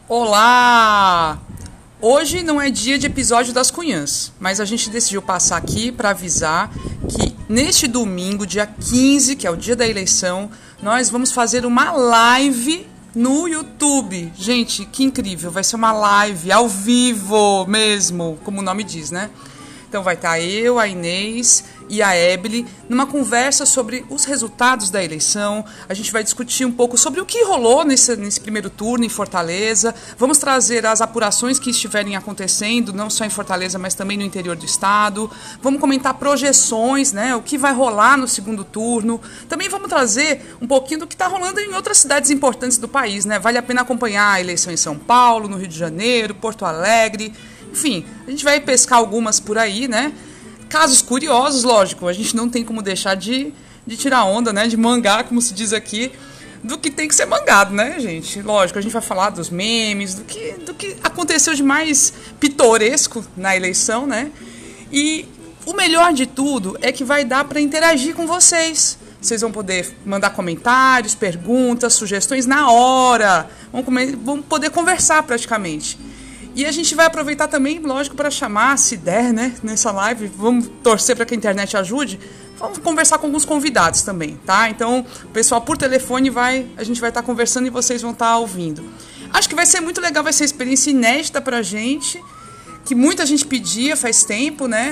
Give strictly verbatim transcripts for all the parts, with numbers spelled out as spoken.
Olá! Hoje não é dia de episódio das Cunhãs, mas a gente decidiu passar aqui para avisar que neste domingo, dia quinze, que é o dia da eleição, nós vamos fazer uma live no YouTube. Gente, que incrível! Vai ser uma live ao vivo mesmo, como o nome diz, né? Então vai estar eu, a Inês e a Ebele numa conversa sobre os resultados da eleição. A gente vai discutir um pouco sobre o que rolou nesse, nesse primeiro turno em Fortaleza. Vamos trazer as apurações que estiverem acontecendo, não só em Fortaleza, mas também no interior do estado. Vamos comentar projeções, né? O que vai rolar no segundo turno. Também vamos trazer um pouquinho do que está rolando em outras cidades importantes do país, né? Vale a pena acompanhar a eleição em São Paulo, no Rio de Janeiro, Porto Alegre. Enfim, a gente vai pescar algumas por aí, né? Casos curiosos, lógico, a gente não tem como deixar de, de tirar onda, né? De mangar, como se diz aqui, do que tem que ser mangado, né, gente? Lógico, a gente vai falar dos memes, do que, do que aconteceu de mais pitoresco na eleição, né? E o melhor de tudo é que vai dar para interagir com vocês. Vocês vão poder mandar comentários, perguntas, sugestões na hora. Vão, comer, vão poder conversar praticamente. E a gente vai aproveitar também, lógico, para chamar, se der, né, nessa live, vamos torcer para que a internet ajude, vamos conversar com alguns convidados também, tá? Então, o pessoal por telefone vai, a gente vai estar conversando e vocês vão estar ouvindo. Acho que vai ser muito legal, vai ser uma experiência inédita pra gente, que muita gente pedia faz tempo, né?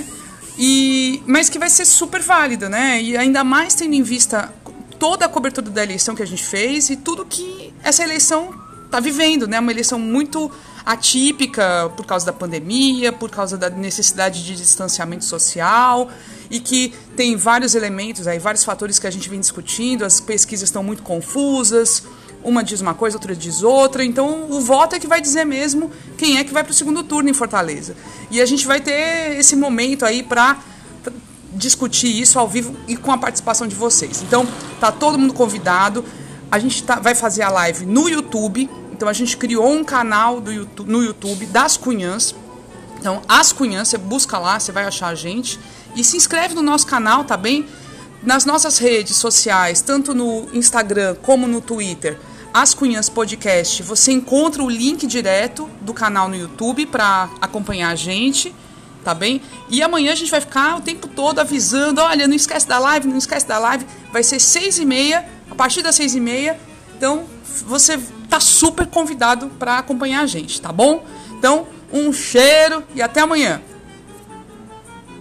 E, mas que vai ser super válido, né? E ainda mais tendo em vista toda a cobertura da eleição que a gente fez e tudo que essa eleição tá vivendo, né? Uma eleição muito atípica por causa da pandemia, por causa da necessidade de distanciamento social e que tem vários elementos, aí, vários fatores que a gente vem discutindo, as pesquisas estão muito confusas, uma diz uma coisa, outra diz outra, então o voto é que vai dizer mesmo quem é que vai para o segundo turno em Fortaleza. E a gente vai ter esse momento aí para discutir isso ao vivo e com a participação de vocês. Então, tá todo mundo convidado, a gente tá, vai fazer a live no YouTube. Então a gente criou um canal do YouTube, no YouTube das Cunhãs. Então, as Cunhãs, você busca lá, você vai achar a gente. E se inscreve no nosso canal, tá bem? Nas nossas redes sociais, tanto no Instagram como no Twitter, As Cunhãs Podcast, você encontra o link direto do canal no YouTube para acompanhar a gente, tá bem? E amanhã a gente vai ficar o tempo todo avisando, olha, não esquece da live, não esquece da live. Vai ser seis e meia, a partir das seis e meia. Então, você tá super convidado para acompanhar a gente, tá bom? Então, um cheiro e até amanhã.